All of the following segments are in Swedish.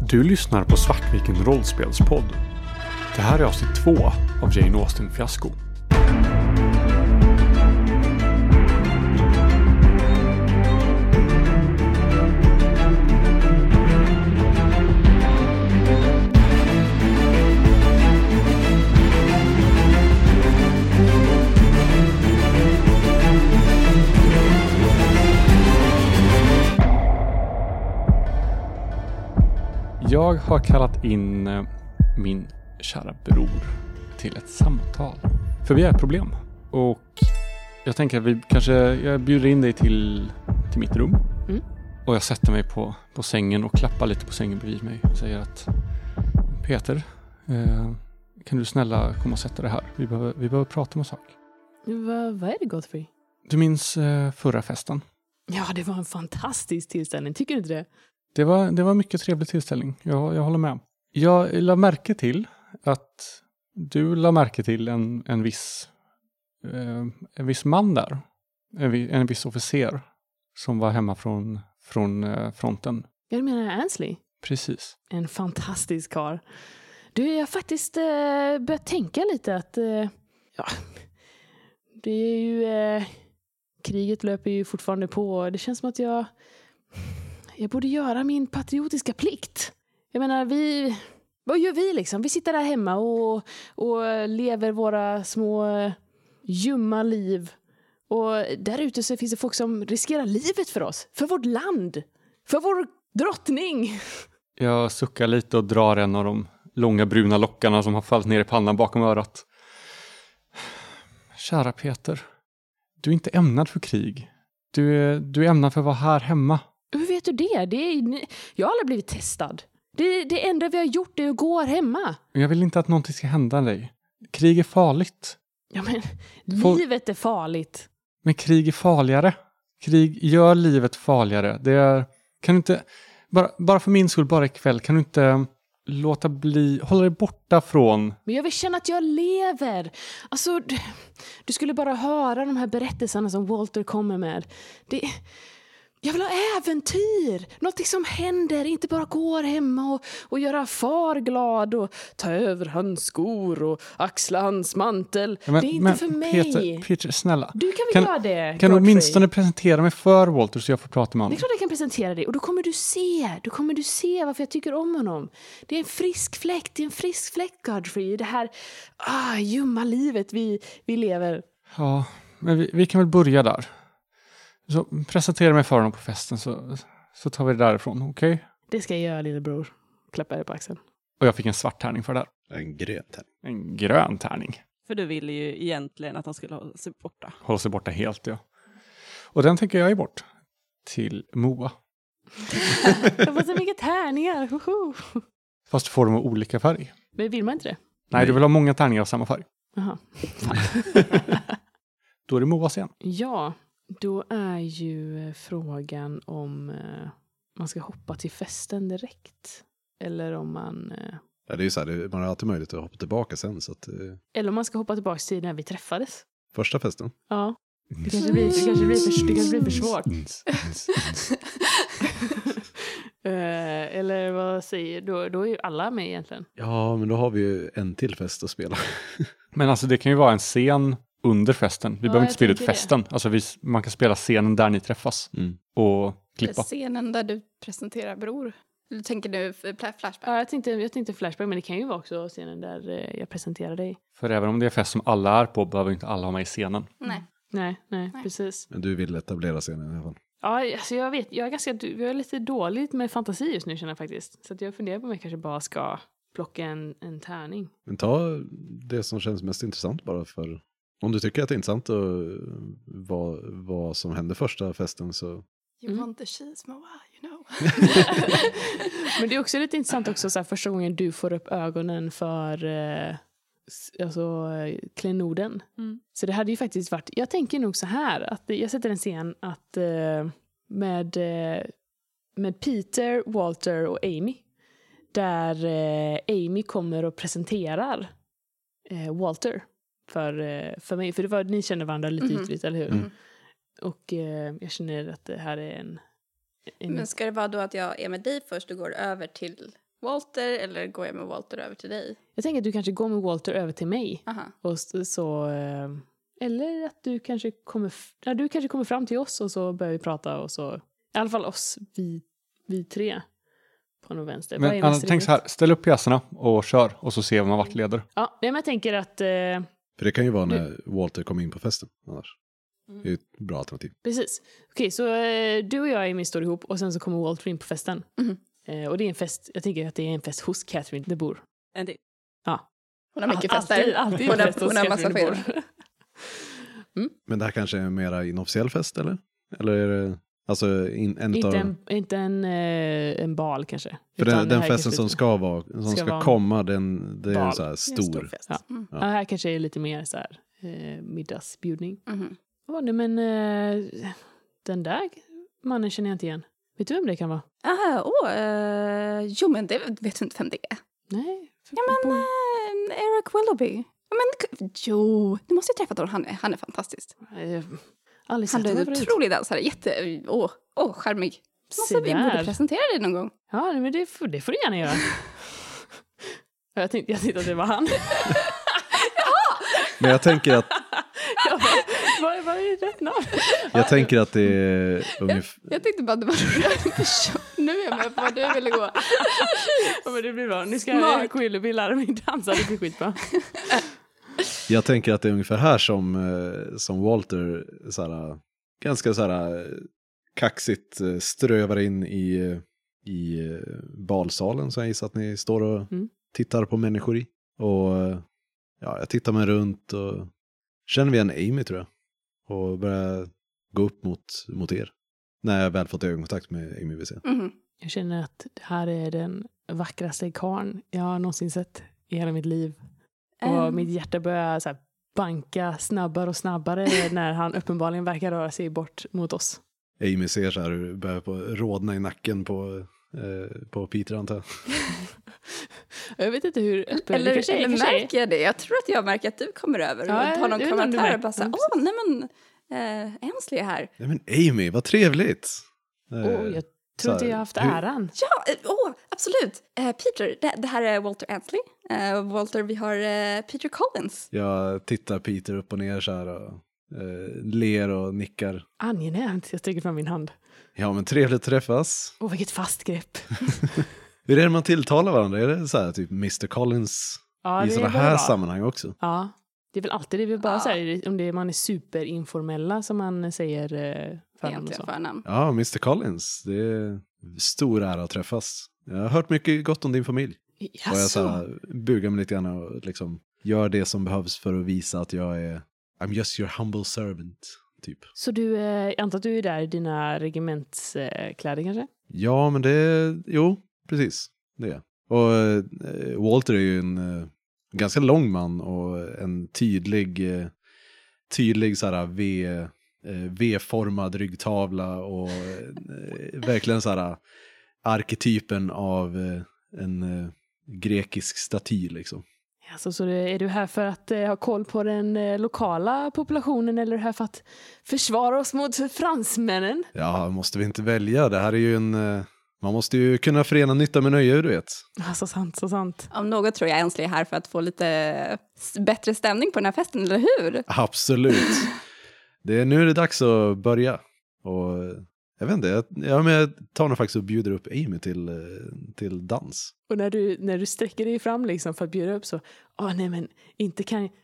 Du lyssnar på Svartviken rollspelspodd. Det här är avsnitt 2 av Jane Austen-fiasko. Jag har kallat in min kära bror till ett samtal. För vi har ett problem. Och jag tänker att jag bjuder in dig till mitt rum. Mm. Och jag sätter mig på sängen och klappar lite på sängen bredvid mig. Och säger att Peter, kan du snälla komma och sätta dig här? Vi behöver prata om en sak. Vad är det, Godfrey? Du minns förra festen? Ja, det var en fantastisk tillställning. Tycker du inte det? Det var en mycket trevlig tillställning. Jag håller med. Jag la märke till att du la märke till en viss man där. En viss officer som var hemma från fronten. Jag menar Ansley. Precis. En fantastisk karl. Du, jag har faktiskt börjat tänka lite att det är ju kriget löper ju fortfarande på. Det känns som att jag borde göra min patriotiska plikt. Jag menar, vad gör vi liksom? Vi sitter där hemma och lever våra små ljumma liv. Och där ute så finns det folk som riskerar livet för oss. För vårt land. För vår drottning. Jag suckar lite och drar en av de långa bruna lockarna som har fallit ner i pannan bakom örat. Kära Peter, du är inte ämnad för krig. Du är ämnad för att vara här hemma. Hur vet du det? Jag har aldrig blivit testad. Det enda vi har gjort är att gå hemma. Jag vill inte att någonting ska hända dig. Krig är farligt. Ja, men livet är farligt. Men krig är farligare. Krig gör livet farligare. Kan du inte, bara för min skull, bara ikväll, kan du inte hålla dig borta från... Men jag vill känna att jag lever. Alltså, du skulle bara höra de här berättelserna som Walter kommer med. Jag vill ha äventyr. Någonting som händer. Inte bara går hemma och göra far glad och ta över hans skor och axla hans mantel. Det är inte för mig. Peter, snälla. Du kan väl göra det, Kan du åtminstone presentera mig för Walter så jag får prata med honom? Det är klart jag kan presentera dig. Och då kommer du se varför jag tycker om honom. Det är en frisk fläkt, Godfrey. Det här ljumma livet vi lever. Ja, men vi kan väl börja där. Så presentera mig för honom på festen så tar vi det därifrån, okej? Okay? Det ska jag göra, lillebror. Klappar dig på axeln. Och jag fick en svart tärning för det där. En grön tärning. En grön tärning. För du ville ju egentligen att han skulle hålla sig borta. Hålla sig borta helt, ja. Och den tänker jag bort till Moa. Jag får så mycket tärningar. Fast får de olika färg. Men vill man inte det? Nej, du vill ha många tärningar av samma färg. Jaha. Då är det Moas igen. Ja. Då är ju frågan om man ska hoppa till festen direkt. Eller om man... Ja, det är ju så här, man har alltid möjlighet att hoppa tillbaka sen. Så att, eller om man ska hoppa tillbaka till när vi träffades. Första festen? Ja. Det kanske blir för svårt. Eller vad säger du? Då är ju alla med egentligen. Ja, men då har vi ju en till fest att spela. Men alltså det kan ju vara en scen... under festen. Vi behöver inte spela ut festen. Alltså man kan spela scenen där ni träffas. Och klippa. Scenen där du presenterar bror. Eller tänker du flashback? Ja, jag tänkte flashback. Men det kan ju vara också scenen där jag presenterar dig. För även om det är fest som alla är på behöver inte alla ha med i scenen. Nej, precis. Men du vill etablera scenen i alla fall. Ja, alltså jag vet. Jag är lite dåligt med fantasi just nu, känner jag faktiskt. Så att jag funderar på om jag kanske bara ska plocka en tärning. Men ta det som känns mest intressant bara för... Om du tycker att det är intressant vad som hände första festen så... You want the cheese, Moa, you know. Men det är också lite intressant också så här, första gången du får upp ögonen för klenoden. Så det hade ju faktiskt varit... Jag tänker nog så här, att jag sätter en scen att med Peter, Walter och Amy. Där Amy kommer och presenterar Walter. För mig, för ni känner varandra lite ytligt, eller hur? Och jag känner att det här är en... Men ska det vara då att jag är med dig först och går över till Walter eller går jag med Walter över till dig? Jag tänker att du kanske går med Walter över till mig. Aha. Och så, eller att du kanske kommer fram till oss och så börjar vi prata och så. I alla fall oss, vi tre. På någon vänster. Men Anna, tänk så här, ställ upp pjäserna och kör och så ser man vart leder. Ja, men jag tänker att... För det kan ju vara när Walter kommer in på festen annars. Det är ett bra alternativ. Precis. Okej, så du och jag Amy står ihop och sen så kommer Walter in på festen. Och det är en fest, jag tänker att det är en fest hos Catherine de Boer. En till. Ja. Hon har mycket fester. Alltid hon fest hos har massa Catherine de fel. Boer. Men det här kanske är mera inofficiell fest, eller? Eller är det... Alltså Inte en bal kanske. För den festen som ska komma, det är en så här stor fest. Ja. Ja, här kanske är lite mer så här middagsbjudning. Men den där mannen känner jag inte igen. Vet du vem det kan vara? Jo, men det vet du inte vem det är. Nej. Ja, men Eric Willoughby. Ja, men jo, du måste ju träffa honom. Han är fantastisk. Han är en otrolig dansare. Charmig. Vi borde presentera dig någon gång. Ja, men det får du gärna göra. jag tänkte att det var han. Men jag tänker att... Vad är rätt namn? Jag tänker att det är ungefär... Jag tänkte bara att det var person. Nu är jag med på vad du ville gå. Ja, men det blir bra. Nu ska jag Willoughby lära mig dansa. Det blir skitbra. Jag tänker att det är ungefär här som Walter såhär, ganska såhär kaxigt strövar in i balsalen, så jag gissar att ni står och tittar på människor i. Och ja, jag tittar mig runt och känner igen Amy, tror jag. Och börjar gå upp mot er. När jag väl fått ögonkontakt med Amy, vill säga. Jag känner att det här är den vackraste karln jag har någonsin sett i hela mitt liv. Och mitt hjärta börjar så här banka snabbare och snabbare när han uppenbarligen verkar röra sig bort mot oss. Amy ser så här, börjar på rådna i nacken på Peter, antar jag. Jag vet inte hur öppen... Eller märker jag det? Jag tror att jag märker att du kommer över och har någon kommentar och bara så här, Ainsley är här. Nej, men Amy, vad trevligt. Jag tror inte jag har haft äran. Ja, absolut. Peter, det här är Walter Ainsley. Walter, vi har Peter Collins. Jag tittar Peter upp och ner så här och ler och nickar. Angenämt, jag sträcker fram min hand. Ja, men trevligt att träffas. Vilket fast grepp. Hur är det man tilltalar varandra? Är det så här typ Mr. Collins i sådana här sammanhang också? Ja, det är väl alltid det. Vi bara säger om det är, man är superinformella som man säger förnamn. Ja, Mr. Collins. Det är stor ära att träffas. Jag har hört mycket gott om din familj. Jaså. Och jag så här, bugar mig lite grann och liksom gör det som behövs för att visa att jag är I'm just your humble servant, typ. Så du, antar att du är där i dina regimentskläder kanske? Ja, men jo, precis. Det är. Och Walter är ju en ganska lång man och en tydlig så här V-formad ryggtavla och verkligen så här arketypen av en grekisk staty liksom. Alltså, så är du här för att ha koll på den lokala populationen eller är du här för att försvara oss mot fransmännen? Ja, måste vi inte välja? Det här är ju man måste ju kunna förena nytta med nöje, du vet. Ja, så sant. Om något tror jag Ainsley är här för att få lite bättre stämning på den här festen, eller hur? Absolut. Nu är det dags att börja. Och jag vet inte, jag tar nog faktiskt och bjuder upp Amy till dans. Och när du sträcker dig fram liksom för att bjuda upp så, nej men inte kan jag...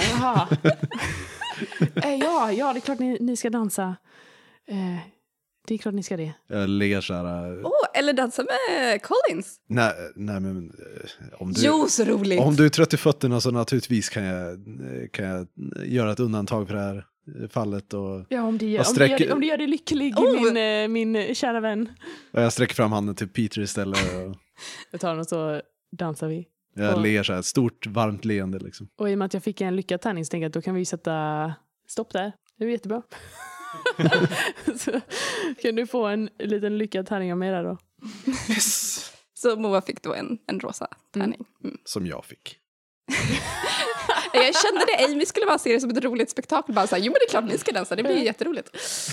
ja, det är klart ni ska dansa. Det är klart ni ska det. Jag ler så här... eller dansa med Collins. Nej men... Så roligt. Om du är trött i fötterna så naturligtvis kan jag göra ett undantag för det här fallet. Och ja, om du gör det lycklig, min kära vän. Och jag sträcker fram handen till Peter istället. Och... jag tar den och så dansar vi. Jag ler så här, ett stort, varmt leende liksom. Och i och med att jag fick en lyckad tärning så tänkte jag att då kan vi sätta stopp där. Det är jättebra. Så kan du få en liten lyckad tärning av mig där då? Yes! Så Moa fick då en rosa tärning. Som jag fick. Jag kände det, Amy skulle bara se det som ett roligt spektakel. Bara så här, jo men det är klart ni ska dansa, det blir ju jätteroligt.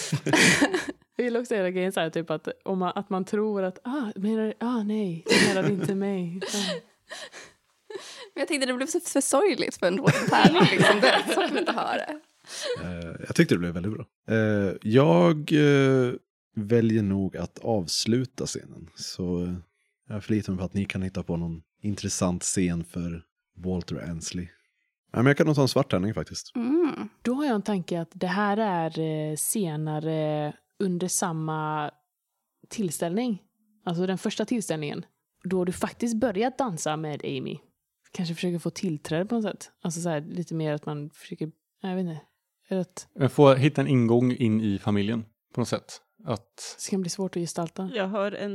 Jag vill också göra grejen så här, typ att man tror att, nej, det menade inte mig. Men jag tänkte det blev för sorgligt för en rolig tävling. Liksom. Det så kan vi inte ha det. Jag tyckte det blev väldigt bra. Jag väljer nog att avsluta scenen. Så jag förlitar mig på att ni kan hitta på någon intressant scen för Walter Ansley. Men jag kan nog ta en svart tärning faktiskt. Då har jag en tanke att det här är senare under samma tillställning. Alltså den första tillställningen. Då du faktiskt börjat dansa med Amy. Kanske försöker få tillträde på något sätt. Alltså så här, lite mer att man försöker, jag vet inte. Jag får hitta en ingång in i familjen på något sätt. Att... Det kan bli svårt att gestalta. Jag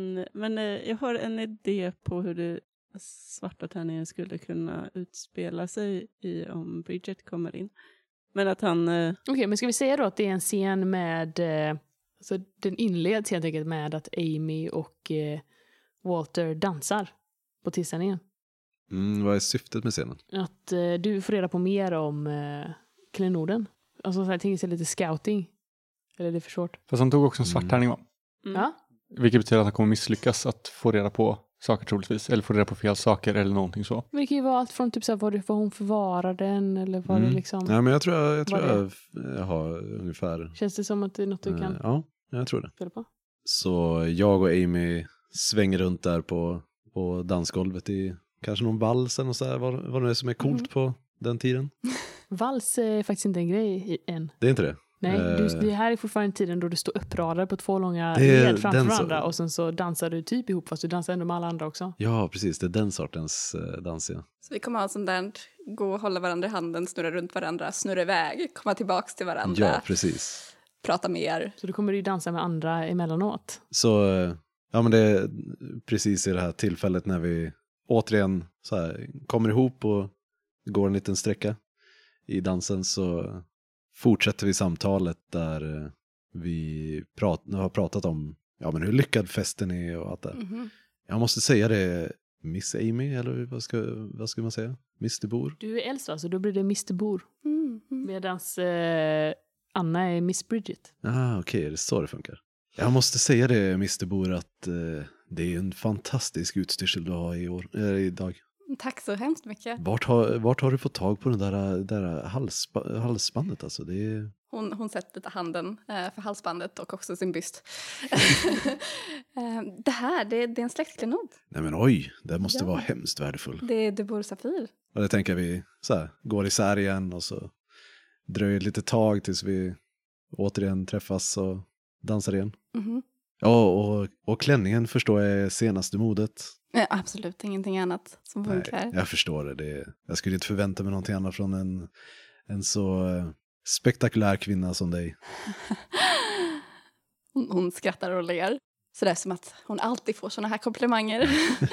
har en idé på hur det svarta tärningen skulle kunna utspela sig om Bridget kommer in. Men att han... Okej, men ska vi säga då att det är en scen med... alltså den inleds helt enkelt med att Amy och Walter dansar på tillställningen. Vad är syftet med scenen? Att du får reda på mer om klenoden. Alltså så här, tänker sig lite scouting. Eller är det för svårt? Fast han tog också en svart tärning, va? Ja. Vilket betyder att han kommer misslyckas att få reda på saker troligtvis. Eller få reda på fel saker eller någonting så. Men det kan ju vara allt från typ så här, var hon förvarar den eller vad det liksom... Ja, men jag tror jag har ungefär... Känns det som att det är något du kan... Ja, jag tror det. Spela på? Så jag och Amy svänger runt där på dansgolvet i kanske någon vals eller så här, vad det är som är coolt på den tiden. Vals är faktiskt inte en grej än. Det är inte det? Nej, det här är fortfarande tiden då du står uppradad på 2 långa led framför varandra och sen så dansar du typ ihop fast du dansar ändå med alla andra också. Ja, precis. Det är den sortens dans, ja. Så vi kommer ha sånt där, gå och hålla varandra i handen, snurra runt varandra, snurra iväg, komma tillbaks till varandra. Ja, precis. Prata mer. Så du kommer ju dansa med andra emellanåt. Så, ja men det är precis i det här tillfället när vi återigen så här, kommer ihop och går en liten sträcka i dansen så fortsätter vi samtalet där vi har pratat om men hur lyckad festen är och allt det. Jag måste säga det, Miss Amy, eller vad ska man säga? Mr. Bor. Du är äldst så då blir det Mr. Bor. Medans Anna är Miss Bridget. Okej, det är så det funkar. Jag måste säga det, Mr. Bor, att det är en fantastisk utstyrsel du har idag. Tack så hemskt mycket. Vart har du fått tag på den där halsbandet? Alltså? Det är... Hon sätter handen för halsbandet och också sin byst. Det är en släktklenod. Nej men oj, det måste vara hemskt värdefull. Det är Debor Safir. Och det tänker vi så här, går isär igen och så dröjer lite tag tills vi återigen träffas och dansar igen. Ja, och klänningen förstår jag är senaste modet. Absolut, ingenting annat som funkar. Nej, jag förstår det. Jag skulle inte förvänta mig någonting annat från en så spektakulär kvinna som dig. Hon skrattar och ler. Så det är som att hon alltid får såna här komplimanger.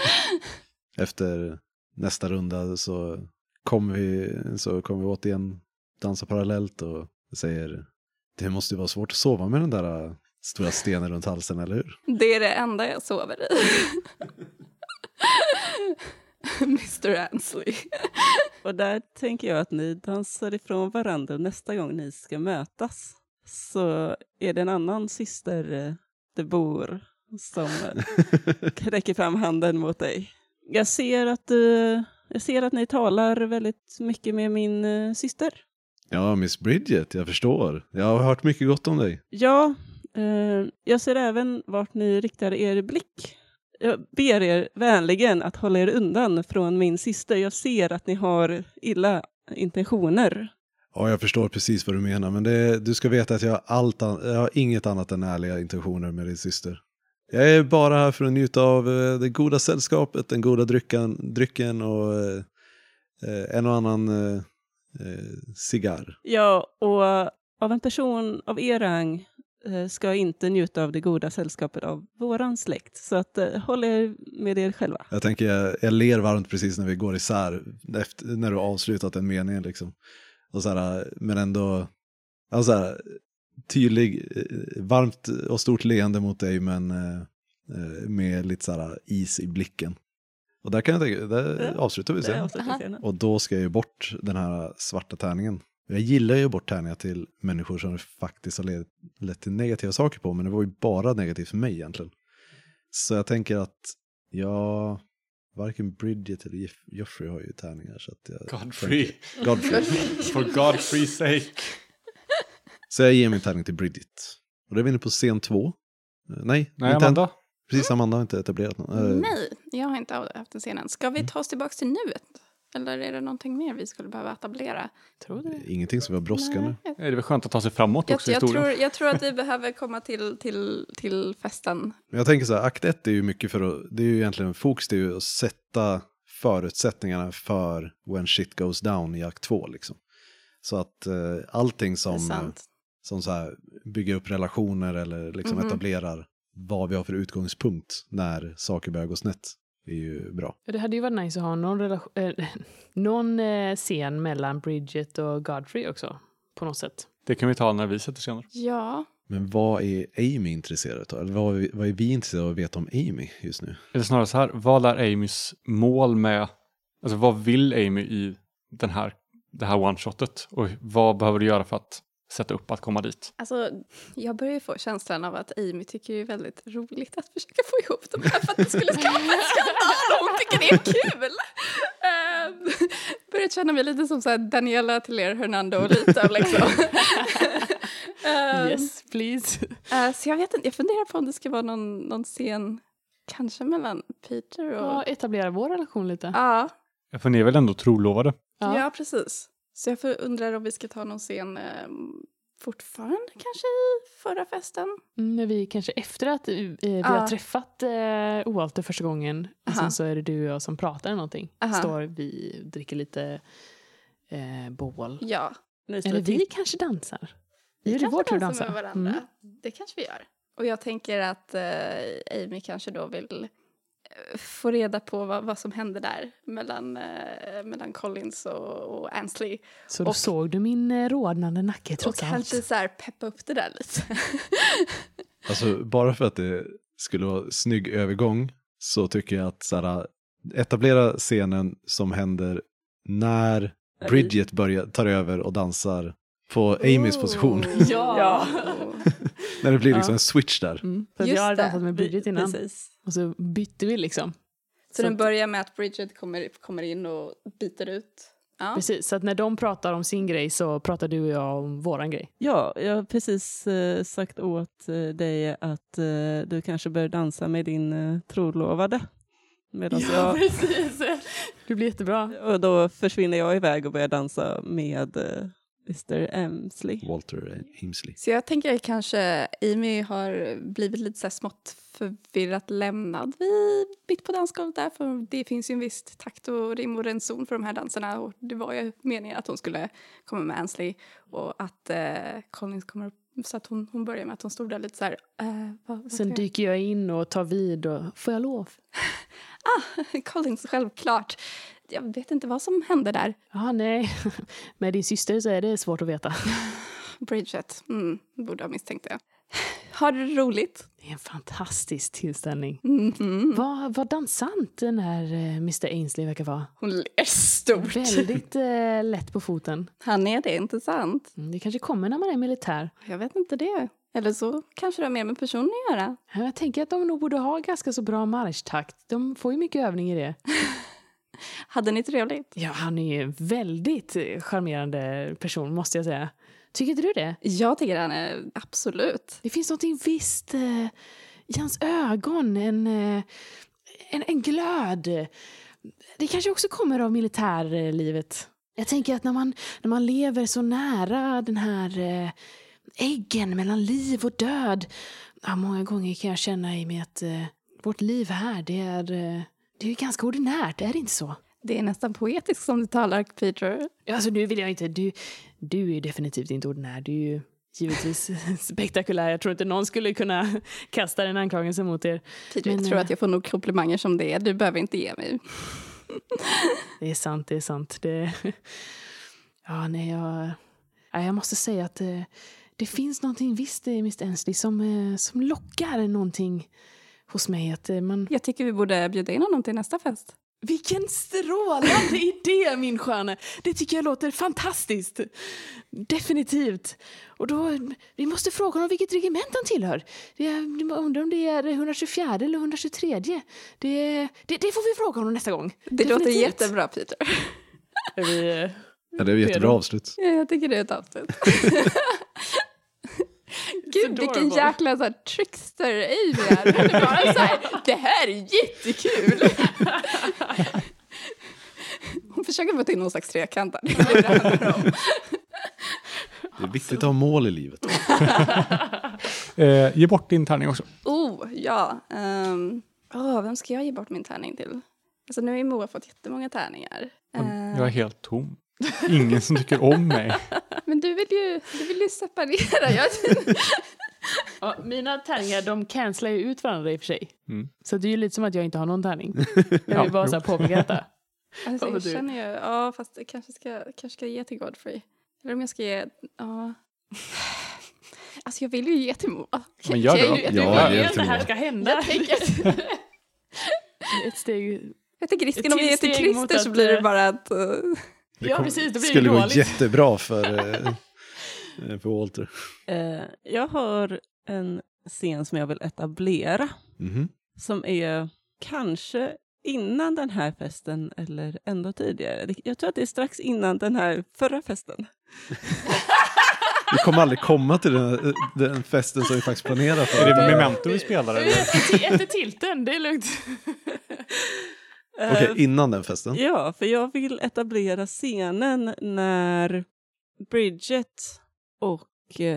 Efter nästa runda så kommer vi återigen dansa parallellt och säger det måste ju vara svårt att sova med den där stora stenen runt halsen, eller hur? Det är det enda jag sover i. Mr. Ansley. Och där tänker jag att ni dansar ifrån varandra nästa gång ni ska mötas. Så är det en annan syster, Debor, som räcker fram handen mot dig. Jag ser att ni talar väldigt mycket med min syster. Ja, Miss Bridget, jag förstår. Jag har hört mycket gott om dig. Ja, jag ser även vart ni riktar er blick. Jag ber er vänligen att hålla er undan från min syster. Jag ser att ni har illa intentioner. Ja, jag förstår precis vad du menar. Men du ska veta att jag har inget annat än ärliga intentioner med din syster. Jag är bara här för att njuta av det goda sällskapet, den goda drycken och en och annan cigarr. Ja, och av en person av er rang ska inte njuta av det goda sällskapet av våran släkt. Så att håll er med er själva. Jag tänker, jag ler varmt precis när vi går isär. När du har avslutat en mening liksom. Och så här, men ändå så här, tydlig, varmt och stort leende mot dig, men med lite så här is i blicken. Och där kan jag tänka, där avslutar vi sen. Och då ska jag ju bort den här svarta tärningen. Jag gillar ju bort tärningar till människor som faktiskt har lett till negativa saker på, men det var ju bara negativt för mig egentligen. Så jag tänker att varken Bridget eller Joffrey har ju tärningar. Så att jag Godfrey. For Godfrey's sake. Så jag ger min tärning till Bridget. Och då är vi inne på scen 2. Nej, Amanda. Precis, Amanda har inte etablerat någon. Nej, jag har inte haft en scenen. Ska vi ta oss tillbaka till nuet? Eller är det någonting mer vi skulle behöva etablera? Tror du det? Ingenting som var brådskande. Det är väl skönt att ta sig framåt också i historien. Jag tror att vi behöver komma till festen. Jag tänker så här, akt 1 är ju mycket det är ju egentligen fokus, det är ju att sätta förutsättningarna för when shit goes down i akt 2 liksom. Så att allting som så här bygger upp relationer eller liksom etablerar vad vi har för utgångspunkt när saker börjar gå snett är ju bra. Det hade ju varit nice att ha någon scen mellan Bridget och Godfrey också, på något sätt. Det kan vi ta när vi sätter scener. Ja. Men vad är Amy intresserad av? Eller vad är vi intresserade av att veta om Amy just nu? Eller snarare så här, vad är Amys mål med, alltså vad vill Amy i det här one-shotet? Och vad behöver du göra för att sätta upp att komma dit? Alltså, jag börjar ju få känslan av att Amy tycker det är väldigt roligt att försöka få ihop dem här för att det skulle skapa en skandal och hon tycker det är kul. Börjar känna mig lite som så här Daniela Tiller Hernando och lite liksom. Yes, please. Så jag vet inte, jag funderar på om det ska vara någon scen kanske mellan Peter och... Ja, etablera vår relation lite. Ja. För ni är väl ändå trolovade? Ja, precis. Så jag undrar om vi ska ta någon scen fortfarande kanske i förra festen. När vi kanske efter att vi har träffat Walter första gången. Och sen så är det du och jag som pratar någonting. Står vi och dricker lite bål. Ja. Eller vi kanske dansar. Vi gör det vår tur dansar med varandra. Det kanske vi gör. Och jag tänker att Amy kanske då vill få reda på vad som hände där mellan Collins och Ansley. Så då såg du min rodnande nacke trots allt. Och kanske så här peppa upp det där lite. Alltså bara för att det skulle vara snygg övergång så tycker jag att så här, etablera scenen som händer när Bridget tar över och dansar på Amys position. Ja. När det blir liksom en switch där. För jag har dansat med Bridget innan. Precis. Och så bytte vi liksom. Så den börjar med att Bridget kommer in och byter ut. Ja. Precis, så att när de pratar om sin grej så pratar du och jag om våran grej. Ja, jag har precis sagt åt dig att du kanske bör dansa med din trolovade. Ja, precis. Det blir jättebra. Och då försvinner jag iväg och börjar dansa med Mr. Emsley. Walter Amsley. Så jag tänker att kanske Amy har blivit lite så här smått förvirrat lämnad mitt på dansgolvet där. För det finns ju en viss takt och rim och renson för de här danserna. Och det var ju meningen att hon skulle komma med Ansley. Och att Collins kommer upp. Så att hon börjar med att hon stod där lite så här. Sen dyker jag in och tar vid och får jag lov? Collins, självklart. Jag vet inte vad som hände där. Ja, nej. Med din syster så är det svårt att veta. Bridget, borde ha misstänkt det. Har du det roligt? Det är en fantastisk tillställning. Mm-hmm. Vad dansant den här Mr. Ainsley verkar vara. Hon ler stort. Väldigt lätt på foten. Han är det, inte sant? Det kanske kommer när man är militär. Jag vet inte det. Eller så kanske det har mer med personen att göra. Jag tänker att de nog borde ha ganska så bra marschtakt. De får ju mycket övning i det. Hade ni trevligt? Ja, han är ju en väldigt charmerande person, måste jag säga. Tycker inte du det? Jag tycker han är absolut. Det finns något visst i hans ögon. En glöd. Det kanske också kommer av militärlivet. Jag tänker att när man lever så nära den här äggen mellan liv och död. Ja, många gånger kan jag känna i mig att vårt liv här, det är ganska ordinärt, är det inte så? Det är nästan poetiskt som du talar, Peter. Alltså nu vill jag inte, du är definitivt inte ordinär, du är ju givetvis spektakulär. Jag tror inte någon skulle kunna kasta en anklagelse mot er. Peter, jag tror att jag får nog komplimanger som det är, du behöver inte ge mig. Det är sant. Jag måste säga att det finns någonting visst i Mr. Ansley som lockar någonting hos mig. Att Jag tycker vi borde bjuda in honom till nästa fest. Vilken strålande idé, min stjärna. Det tycker jag låter fantastiskt. Definitivt. Och då, vi måste fråga honom vilket regiment han tillhör. Jag undrar om det är 124 eller 123. Det får vi fråga honom nästa gång. Det låter jättebra, Peter. Ja, det är ett jättebra avslut. Ja, jag tycker det är ett avslut. Gud, vilken jäkla så här, trickster Amy är. Det är bara så här, det här är jättekul. Hon försöker få till någon slags trekant. Det är viktigt att ha mål i livet. Ge bort din tärning också. Ja. Vem ska jag ge bort min tärning till? Alltså nu har ju Moa fått jättemånga tärningar. Jag är helt tom. Ingen som tycker om mig. Men du vill ju separera. Ja, mina tärningar, de cancelar ju ut varandra i och för sig. Så det är ju lite som att jag inte har någon tärning. Jag vill bara så här påpeka detta. Alltså, jag känner ju, fast jag kanske ska ge till Godfrey. Eller om jag ska ge, Alltså jag vill ju ge till Moa. Men gör det då. Jag vill att det här ska hända. Jag tänker ett steg. Jag tänker risken om vi ger till Christer så blir det bara att... Precis, det blir skulle dåligt. gå jättebra för Walter. Jag har en scen som jag vill etablera. Som är kanske innan den här festen eller ändå tidigare. Jag tror att det är strax innan den här förra festen. Vi kommer aldrig komma till den festen som vi faktiskt planerar för. Är det Memento vi spelar? Efter tilten, det är lugnt. Okej, innan den festen. Ja, för jag vill etablera scenen när Bridget och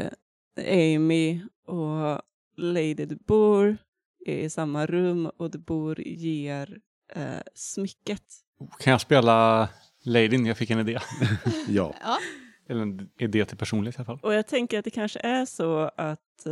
Amy och Lady de Boer är i samma rum och de Boer ger smycket. Kan jag spela Ladyn? Jag fick en idé. Ja. Eller en idé till personligt i alla fall. Och jag tänker att det kanske är så att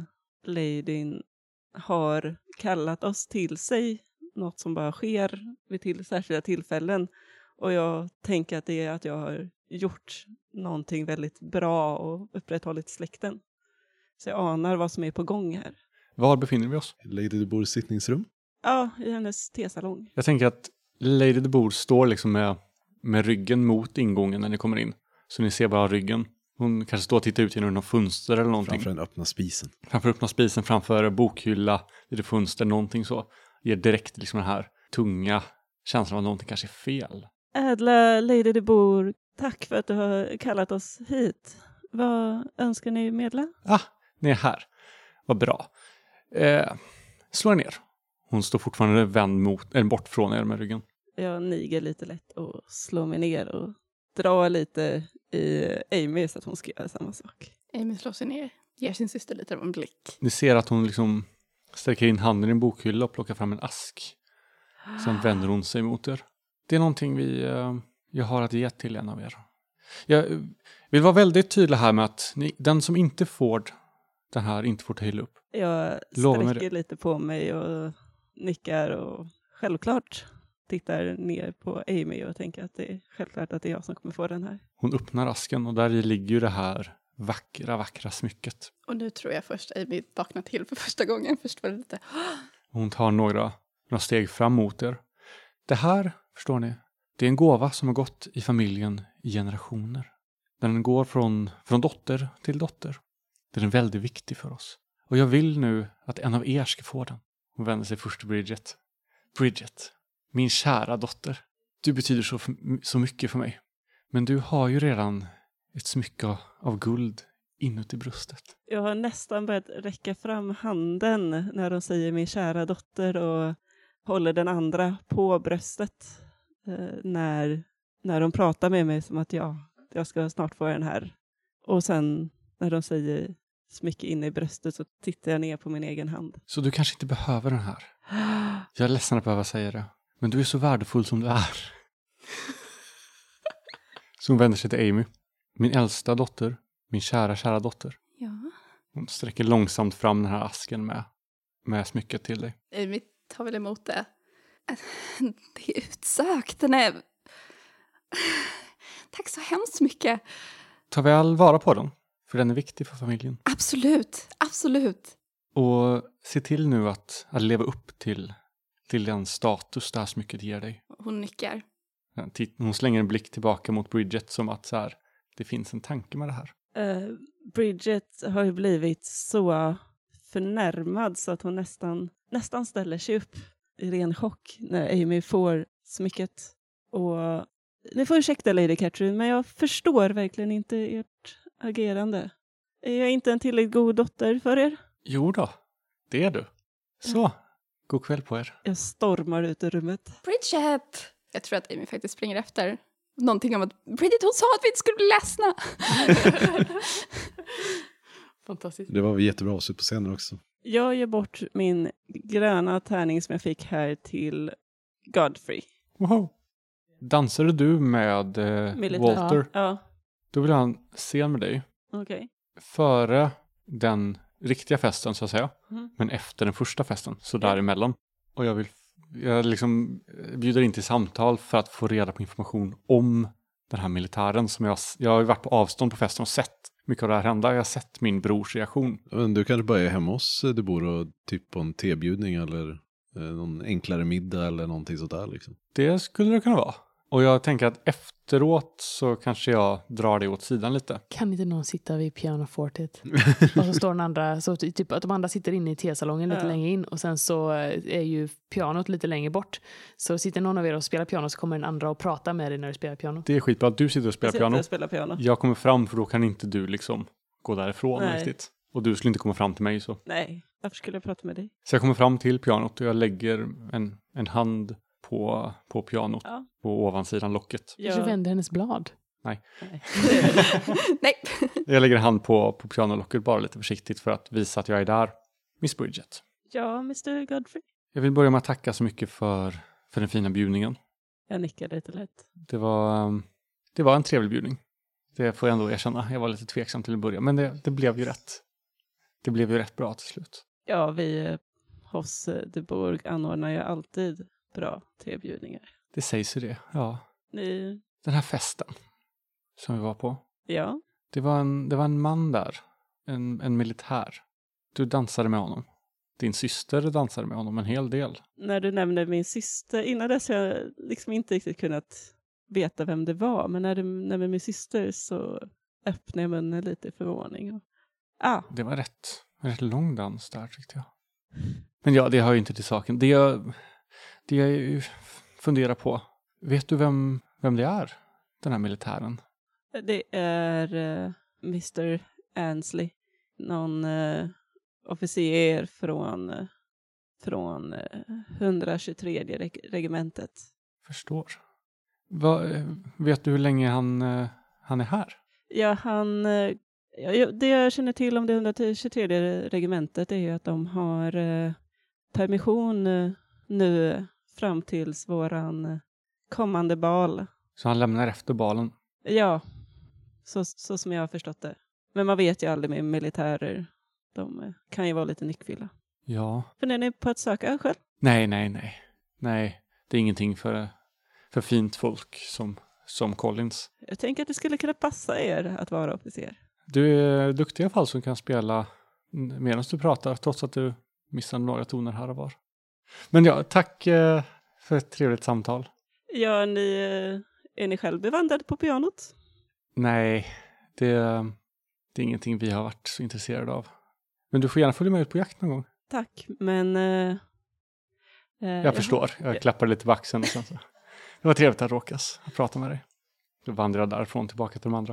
Ladyn har kallat oss till sig. Något som bara sker vid särskilda tillfällen. Och jag tänker att det är att jag har gjort någonting väldigt bra och upprätthållit släkten. Så jag anar vad som är på gång här. Var befinner vi oss? Lady de Boers sittningsrum. Ja, i hennes tesalong. Jag tänker att Lady de Boer står liksom med ryggen mot ingången när ni kommer in. Så ni ser bara ryggen. Hon kanske står och tittar ut genom någon fönster eller någonting. Framför den öppna spisen. Framför öppna spisen, framför bokhylla, lite fönster, någonting så. Ger direkt liksom den här tunga känslan av att någonting kanske är fel. Ädla Lady de Boer, tack för att du har kallat oss hit. Vad önskar ni medla? Ni är här. Vad bra. Slå er ner. Hon står fortfarande vänd bort från er med ryggen. Jag niger lite lätt och slår mig ner och drar lite i Amy så att hon ska göra samma sak. Amy slår sig ner, ger sin syster lite av en blick. Ni ser att hon liksom sträcker in handen i en bokhylla och plockar fram en ask. Sen vänder hon sig mot er. Det är någonting jag har att ge till en av er. Jag vill vara väldigt tydlig här med att den som inte får den här inte får ta illa upp. Jag sträcker lite på mig och nickar och självklart tittar ner på Amy och tänker att det är självklart att det är jag som kommer få den här. Hon öppnar asken och där ligger ju det här vackra smycket. Och nu tror jag först Amy vaknar till för första gången. Först var det lite... Hon tar några steg fram mot er. Det här, förstår ni, det är en gåva som har gått i familjen i generationer. Den går från dotter till dotter. Den är väldigt viktig för oss. Och jag vill nu att en av er ska få den. Hon vänder sig först till Bridget. Bridget, min kära dotter. Du betyder så mycket för mig. Men du har ju redan ett smycke av guld inuti bröstet. Jag har nästan börjat räcka fram handen när de säger min kära dotter och håller den andra på bröstet när de pratar med mig som att jag ska snart få den här. Och sen när de säger smycke inne i bröstet så tittar jag ner på min egen hand. Så du kanske inte behöver den här. Jag är ledsen att behöva säga det. Men du är så värdefull som du är. Så hon vänder sig till Amy. Min äldsta dotter. Min kära dotter. Ja. Hon sträcker långsamt fram den här asken med smycket till dig. Amy tar väl emot det. Det är utsökt. Den är... Tack så hemskt mycket. Ta väl vara på den. För den är viktig för familjen. Absolut. Och se till nu att leva upp till till den status det här smycket ger dig. Hon nickar. Hon slänger en blick tillbaka mot Bridget som att så här, det finns en tanke med det här. Bridget har ju blivit så förnärmad så att hon nästan ställer sig upp i ren chock när Amy får smycket. Och ni får ursäkta Lady Catherine, men jag förstår verkligen inte ert agerande. Är jag inte en tillräckligt god dotter för er? Jo då, det är du. Så, god kväll på er. Jag stormar ut ur rummet. Bridget! Jag tror att Amy faktiskt springer efter. Någonting om att Bridget, hon sa att vi inte skulle bli ledsna. Fantastiskt. Det var jättebra avslut på scenen också. Jag ger bort min gröna tärning som jag fick här till Godfrey. Wow. Dansade du med Walter? Ja. Då vill jag ha en scen med dig. Okej. Före den riktiga festen så att säga. Men efter den första festen. Så däremellan. Och jag liksom bjuder in till samtal för att få reda på information om den här militären. Som jag har varit på avstånd på festen och sett mycket av det här hända. Jag har sett min brors reaktion. Men du kanske börjar hemma hos du bor och typ på en tebjudning eller någon enklare middag eller någonting sånt där liksom. Det skulle det kunna vara. Och jag tänker att efteråt så kanske jag drar det åt sidan lite. Kan inte någon sitta vid pianofortet? Och så står den andra, så typ att de andra sitter inne i tesalongen lite längre in. Och sen så är ju pianot lite längre bort. Så sitter någon av er och spelar piano så kommer den andra och prata med dig när du spelar piano. Det är skitbra att du sitter och spelar piano. Jag kommer fram för då kan inte du liksom gå därifrån riktigt. Och du skulle inte komma fram till mig så. Nej, varför skulle jag prata med dig? Så jag kommer fram till pianot och jag lägger en hand på pianot på ovansidan locket. Kanske vänder hennes blad. Nej. Nej. Jag lägger en hand på pianolocket bara lite försiktigt för att visa att jag är där. Miss Bridget. Ja, Mr. Godfrey. Jag vill börja med att tacka så mycket för den fina bjudningen. Jag nickar lite lätt. Det var en trevlig bjudning. Det får jag ändå erkänna. Jag var lite tveksam till att börja. Men det blev ju rätt. Det blev ju rätt bra till slut. Ja, vi hos De Bourg anordnar ju alltid bra tebjudningar. Det sägs ju det, ja. Ni... Den här festen som vi var på. Ja. Det var en man där. En militär. Du dansade med honom. Din syster dansade med honom en hel del. När du nämnde min syster, innan dess har jag liksom inte riktigt kunnat veta vem det var. Men när du nämnde min syster så öppnade jag munnen lite i förvåning. Det var rätt lång dans där tyckte jag. Men ja, det hör ju inte till saken. Det jag funderar på. Vet du vem det är? Den här militären. Det är Mr. Ansley. Någon officer från 123 regementet. Förstår. Vet du hur länge han är här? Ja, det jag känner till om det 123 regementet är ju att de har permission nu fram tills våran kommande bal. Så han lämnar efter balen? Ja, så som jag har förstått det. Men man vet ju aldrig med militärer. De kan ju vara lite nyckfulla. Ja. För är ni på att söka själv? Nej. Det är ingenting för fint folk som Collins. Jag tänker att det skulle kunna passa er att vara officer. Du är duktig i alla fall som kan spela medan du pratar, trots att du missar några toner här och var. Men ja, tack för ett trevligt samtal. Ja, är ni själv bevandrade på pianot? Nej, det är ingenting vi har varit så intresserade av. Men du får gärna följa med ut på jakt någon gång. Tack, men... jag förstår. Jag klappar lite på axeln. Och sen så. Det var trevligt att råkas och prata med dig. Du vandrar därifrån tillbaka till de andra.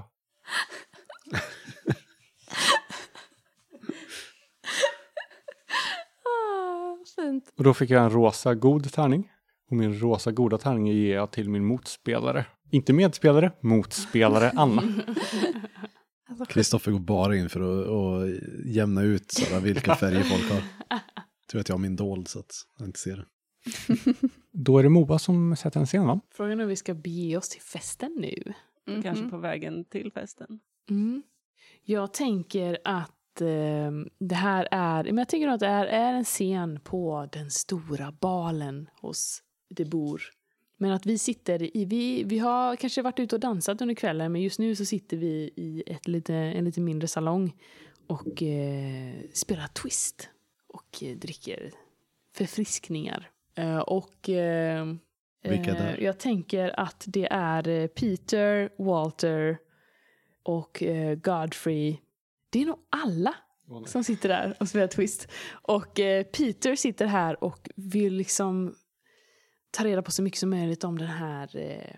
Fint. Och då fick jag en rosa god tärning. Och min rosa goda tärning ger jag till min motspelare. Inte medspelare, motspelare Anna. Kristoffer går bara in för att jämna ut sådär, vilka färger folk har. Jag tror att jag har min dold så att jag inte ser det. Då är det Moa som sätter en scen, va? Frågan är om vi ska bege oss till festen nu. Kanske på vägen till festen. Jag tänker att det här är en scen på den stora balen hos De Bourg. Men att vi sitter vi har kanske varit ute och dansat under kvällen, men just nu så sitter vi i en lite mindre salong och spelar twist och dricker förfriskningar Vilka där? Jag tänker att det är Peter, Walter och Godfrey. Det är nog alla som sitter där och spelar Twist. Och Peter sitter här och vill liksom ta reda på så mycket som möjligt om den här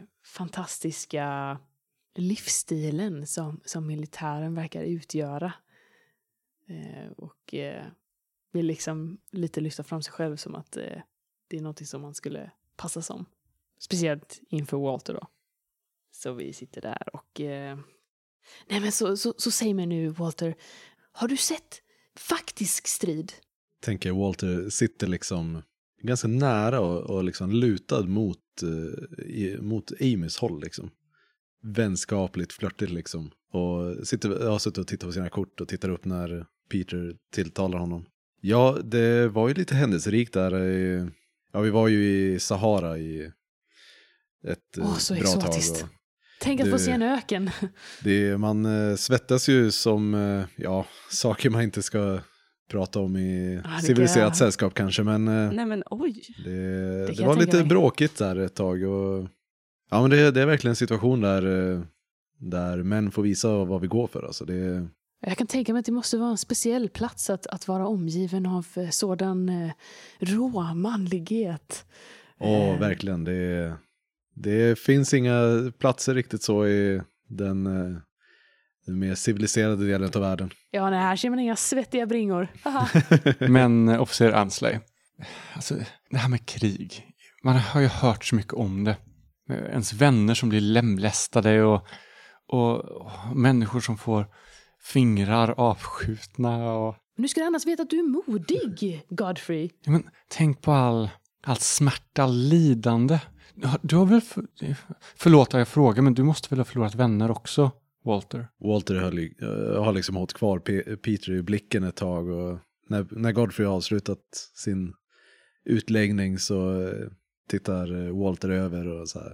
fantastiska livsstilen som militären verkar utgöra. Och vill liksom lite lyfta fram sig själv som att det är något som man skulle passa som. Speciellt inför Walter då. Så vi sitter där och... Nej men så säg mig nu, Walter. Har du sett faktisk strid? Tänker Walter sitter liksom ganska nära och liksom lutad mot Amys håll liksom. Vänskapligt, flörtigt liksom. Och har suttit och tittat på sina kort och tittar upp när Peter tilltalar honom. Ja, det var ju lite händelserikt där. Ja, vi var ju i Sahara i ett så bra exotiskt. tag. Tänk att få se en öken. Man svettas ju som saker man inte ska prata om i civiliserat sällskap kanske. Men, nej men oj. Det var lite bråkigt där ett tag. Och, ja, men det är verkligen en situation där män får visa vad vi går för. Alltså Jag kan tänka mig att det måste vara en speciell plats att vara omgiven av sådan rå manlighet. Verkligen. Det finns inga platser riktigt så i den mer civiliserade delen av världen. Ja, nej, här ser man inga svettiga bringor. Men officer Ansley, alltså det här med krig, man har ju hört så mycket om det. Ens vänner som blir lemlästade och människor som får fingrar avskjutna. Och... Nu ska du annars veta att du är modig, Godfrey. Ja, men tänk på all smärta, all lidande. Du har väl, förlåt att jag frågar, men du måste väl ha förlorat vänner också, Walter? Walter har liksom hållit kvar Peter i blicken ett tag, och när Godfrey har avslutat sin utläggning så tittar Walter över och så här.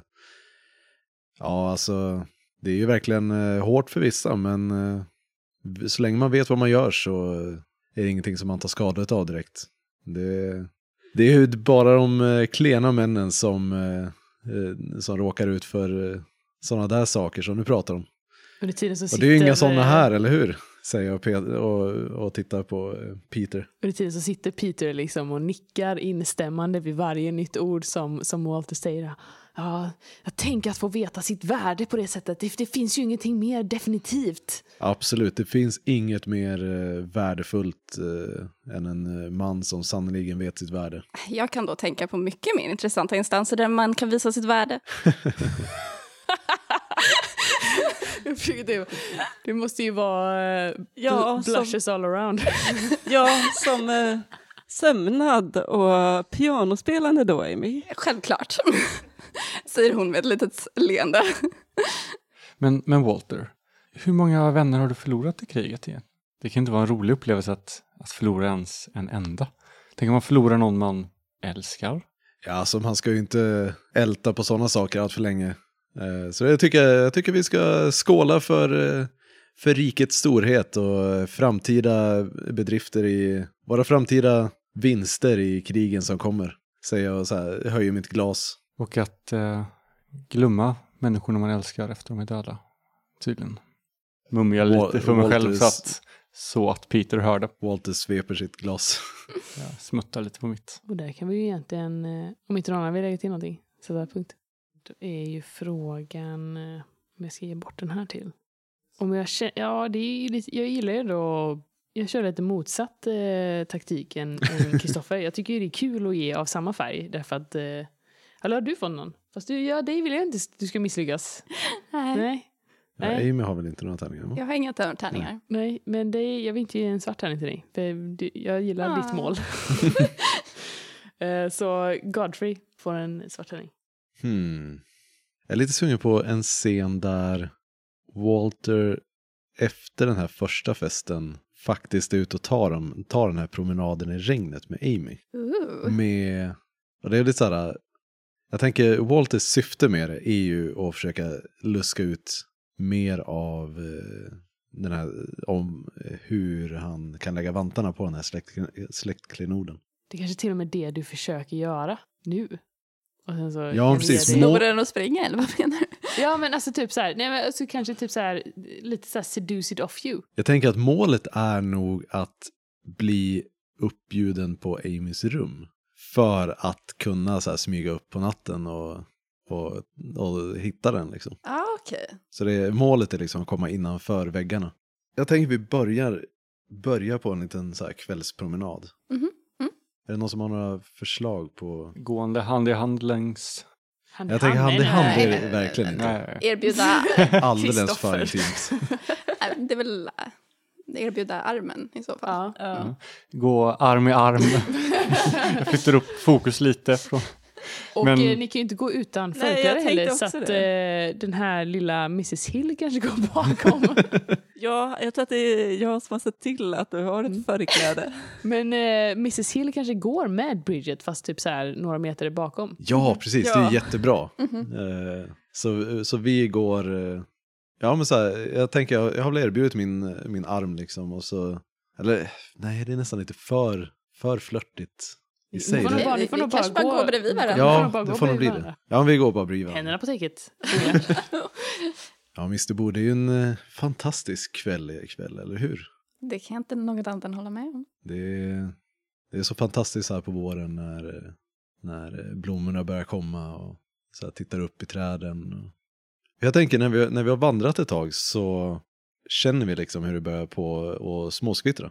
Ja, alltså det är ju verkligen hårt för vissa, men så länge man vet vad man gör så är det ingenting som man tar skada av direkt. Det är ju bara de klena männen som råkar ut för sådana där saker som du pratar om. Och det är ju inga sådana här, eller hur? Säger jag och tittar på Peter. Och det tiden så sitter Peter liksom och nickar instämmande vid varje nytt ord som Walter säger. Ja, jag tänker att få veta sitt värde på det sättet. Det finns ju ingenting mer definitivt. Absolut, det finns inget mer värdefullt än en man som sannoliken vet sitt värde. Jag kan då tänka på mycket mer intressanta instanser där man kan visa sitt värde. Det måste ju vara blushes all around. Ja, som sömnad och pianospelande då, Amy. Självklart, säger hon med ett litet leende. Men Walter, hur många vänner har du förlorat i kriget igen? Det kan inte vara en rolig upplevelse att förlora ens en enda. Tänk om man förlorar någon man älskar. Ja, alltså man ska ju inte älta på sådana saker allt för länge. Så jag tycker vi ska skåla för rikets storhet och framtida bedrifter i våra framtida vinster i krigen som kommer. Säger jag och så här, höjer mitt glas. Och att glömma människorna man älskar efter de är döda. Tydligen. Mumjar lite för mig själv så att Peter hörde. Walter sveper sitt glas. Jag smuttar lite på mitt. Och där kan vi ju egentligen, om inte någon annan vill lägga till någonting, så där punkt. Då är ju frågan om jag ska ge bort den här till. Om jag känner, det är ju lite, jag gillar ju då, jag kör lite motsatt taktik än Kristoffer. Jag tycker det är kul att ge av samma färg, därför att eller har du fått någon? Fast det vill jag inte du ska misslyckas. Nej. Amy har väl inte några tärningar? Jag har inga tärningar. Nej, men jag vill inte ge en svart tärning till dig. För jag gillar ditt mål. Så Godfrey får en svart tärning. Jag är lite sugen på en scen där Walter efter den här första festen faktiskt är ute och tar den här promenaden i regnet med Amy. Och det är lite så här, jag tänker Walters syfte med det är ju att försöka luska ut mer av den här, om hur han kan lägga vantarna på den här släktklenoden. Det är kanske till och med det du försöker göra. nu. Och sen så ja, precis. Snor den och springer, eller vad menar du? Ja, men alltså typ så här, nej men alltså kanske typ så här, lite så här seduce it off you. Jag tänker att målet är nog att bli uppbjuden på Amys rum. För att kunna så här smyga upp på natten och hitta den liksom. Okej. Så målet är liksom att komma innanför väggarna. Jag tänker vi börjar på en liten så här kvällspromenad. Är det någon som har några förslag på? Gående hand i hand längs... Jag tänker hand i hand är det verkligen inte. Nej. Erbjuda Alldeles för intimt. Det är väl erbjuda armen i så fall. Ja. Gå arm i arm. Jag flyttar upp fokus lite från... Och men... ni kan ju inte gå utan förkläde heller, så att den här lilla Mrs. Hill kanske går bakom. Ja, jag tror att det är jag som har sett till att du har ett förkläde. Men Mrs. Hill kanske går med Bridget fast typ så här några meter bakom. Ja, precis. Det är jättebra. Så vi går... Ja, men så här, jag tänker, jag har väl erbjudit min arm liksom. Och så, eller, nej, det är nästan lite för flörtigt. Ni får nog bara gå bredvid varandra. Ja, det får nog bli det. Ja, vi går bara bredvid varandra. Händerna på täcket. Ja, Mr. Bo, det är ju en fantastisk kväll ikväll, eller hur? Det kan jag inte något annat än hålla med om. Det är så fantastiskt här på våren när blommorna börjar komma och så här tittar upp i träden. Jag tänker när vi har vandrat ett tag så känner vi liksom hur det börjar på att småskvittra.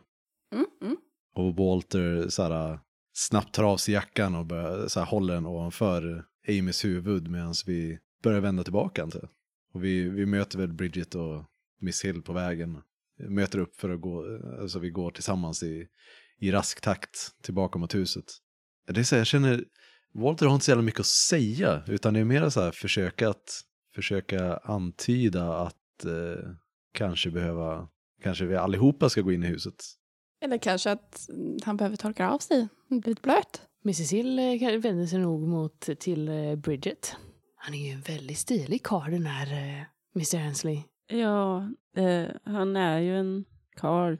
Och Walter så här snabbt tar av sig jackan och börjar, så här, håller den ovanför Amys huvud medan vi börjar vända tillbaka. Inte? Och vi möter väl Bridget och Miss Hill på vägen. Vi möter upp för att gå, alltså vi går tillsammans i rask takt tillbaka mot huset. Det är så här, jag känner, Walter har inte så jävla mycket att säga, utan det är mer så här försöka antyda att kanske vi allihopa ska gå in i huset. Eller kanske att han behöver torka av sig. Han blir blöt. Mrs. Hill vänder sig nog till Bridget. Han är ju en väldigt stilig karl, den här Mr. Ansley. Ja, han är ju en karl.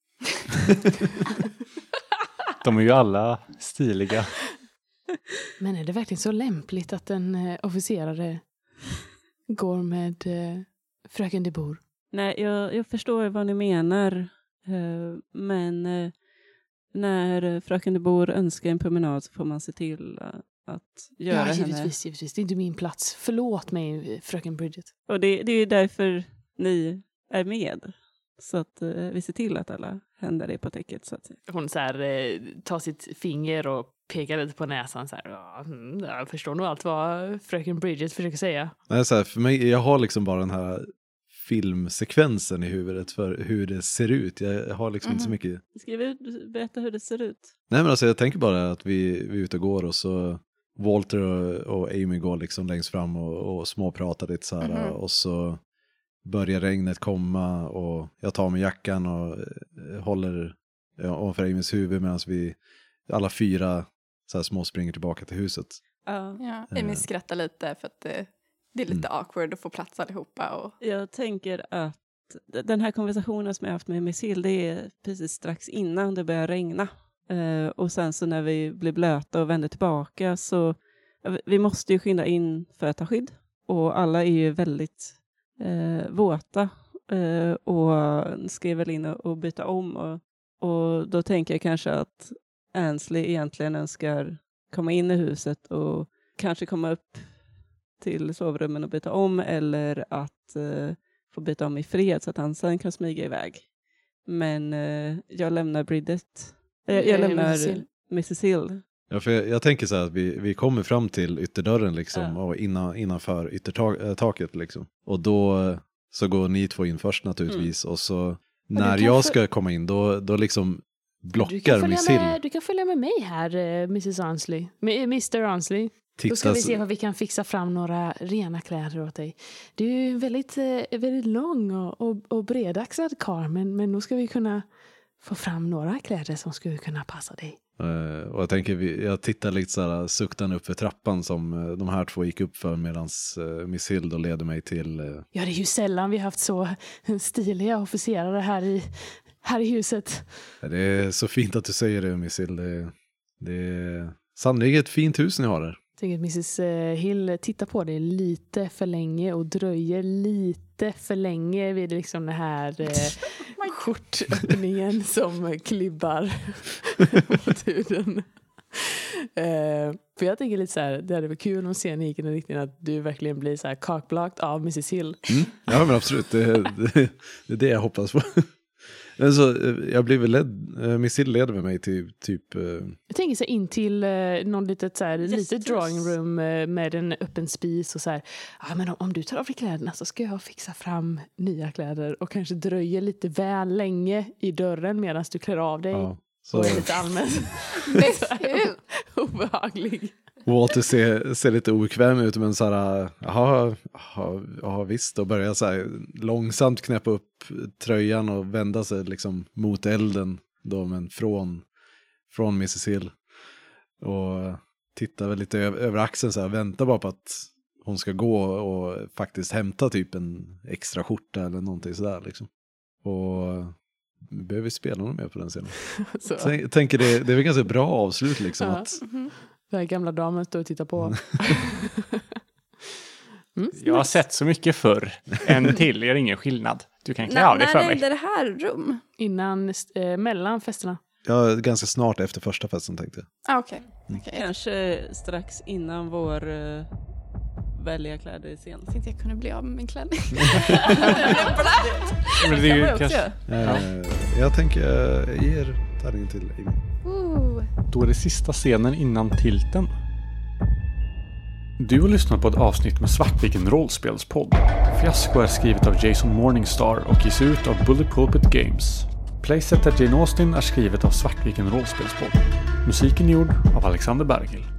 De är ju alla stiliga. Men är det verkligen så lämpligt att en officerare går med fröken de Boer? Nej, jag förstår vad ni menar. Men när fröken de Boer önskar en promenad så får man se till att göra henne. Givetvis. Det är inte min plats. Förlåt mig, fröken Bridget. Och det är ju därför ni är med. Så att vi ser till att alla händer är på täcket. Så att hon så här, tar sitt finger och pekar lite på näsan. Så här, jag förstår nog allt vad fröken Bridget försöker säga. Nej, så här, för mig, jag har liksom bara den här filmsekvensen i huvudet för hur det ser ut. Jag har liksom inte så mycket... Ska vi berätta hur det ser ut? Nej, men alltså jag tänker bara att vi är ute och går och så Walter och Amy går liksom längst fram och småpratar lite så här och så börjar regnet komma och jag tar med jackan och håller ovanför Amys huvud medan vi alla fyra så här små springer tillbaka till huset. Ja, Amy skrattar lite för att det är lite awkward att få plats allihopa. Och... Jag tänker att den här konversationen som jag haft med Miss Hill, det är precis strax innan det börjar regna. Och sen så när vi blir blöta och vänder tillbaka så vi måste ju skynda in för att ta skydd. Och alla är ju väldigt våta och ska väl in och byta om. Och då tänker jag kanske att Ansley egentligen önskar komma in i huset och kanske komma upp till sovrummen och byta om eller att få byta om i fred så att han sen kan smyga iväg. Men jag lämnar Bridget. Jag lämnar Mrs. Hill. Ja, för jag tänker så här att vi kommer fram till ytterdörren liksom och innanför yttertaket liksom. Och då så går ni två in först naturligtvis och så när jag ska komma in då liksom blockar Miss Hill. Du kan följa med mig här, Mrs. Ansley. Mr. Ansley. Då ska vi se om vi kan fixa fram några rena kläder åt dig. Du är ju väldigt, väldigt lång och bredaxad karl, men då ska vi kunna få fram några kläder som skulle kunna passa dig. Och jag tänker, jag tittar lite så här suktande upp för trappan som de här två gick upp för medan Miss Hill då leder mig till... Ja, det är ju sällan vi har haft så stiliga officerare här i huset. Det är så fint att du säger det, Miss Hill. Det Sannolikt ett fint hus ni har där. Jag tänker att Mrs. Hill tittar på det lite för länge och dröjer lite för länge vid liksom den här skjortöppningen som klibbar mot huden. För jag tänker lite så här, det hade varit kul om scenen gick i den riktningen att du verkligen blir så här cockblocked av Mrs. Hill. Ja, men absolut. Det är det jag hoppas på. Men så, jag blev väl ledd, Miss Hill leder med mig till typ... Jag tänker så här in till någon litet, så här, litet drawing room med en öppen spis och så här, men om du tar av dig kläderna så ska jag fixa fram nya kläder och kanske dröjer lite väl länge i dörren medan du klär av dig. Ja, så är lite allmänt obehaglig. Walter ser lite obekväm ut, men så här, ja visst, och börjar så här långsamt knäppa upp tröjan och vända sig liksom mot elden då, men från Mrs. Hill, och tittar väl lite över axeln så här, väntar bara på att hon ska gå och faktiskt hämta typ en extra skjorta eller någonting sådär liksom. Och behöver vi spela någon mer på den scenen. Tänker det är väl ganska bra avslut liksom. Ja. Det här gamla damen står och tittar på. Jag har sett så mycket förr. En till är ingen skillnad. Du kan klä av dig för mig. Nej, det här rum. Innan, mellan festerna. Ja, ganska snart efter första festen tänkte jag. Okej. Kanske strax innan vår välja kläder i scen. Jag tänkte jag kunde bli av med min klänning. Men det är ju kanske... Jag tänker jag ger tärningen till Amy. Då är det sista scenen innan tilten. Du har lyssnat på ett avsnitt med Svartviken rollspelspodd. Fiasko är skrivet av Jason Morningstar och ges ut av Bully Pulpit Games. Playsetet Jane Austen är skrivet av Svartviken rollspelspodd. Musiken är gjord av Alexander Bergil.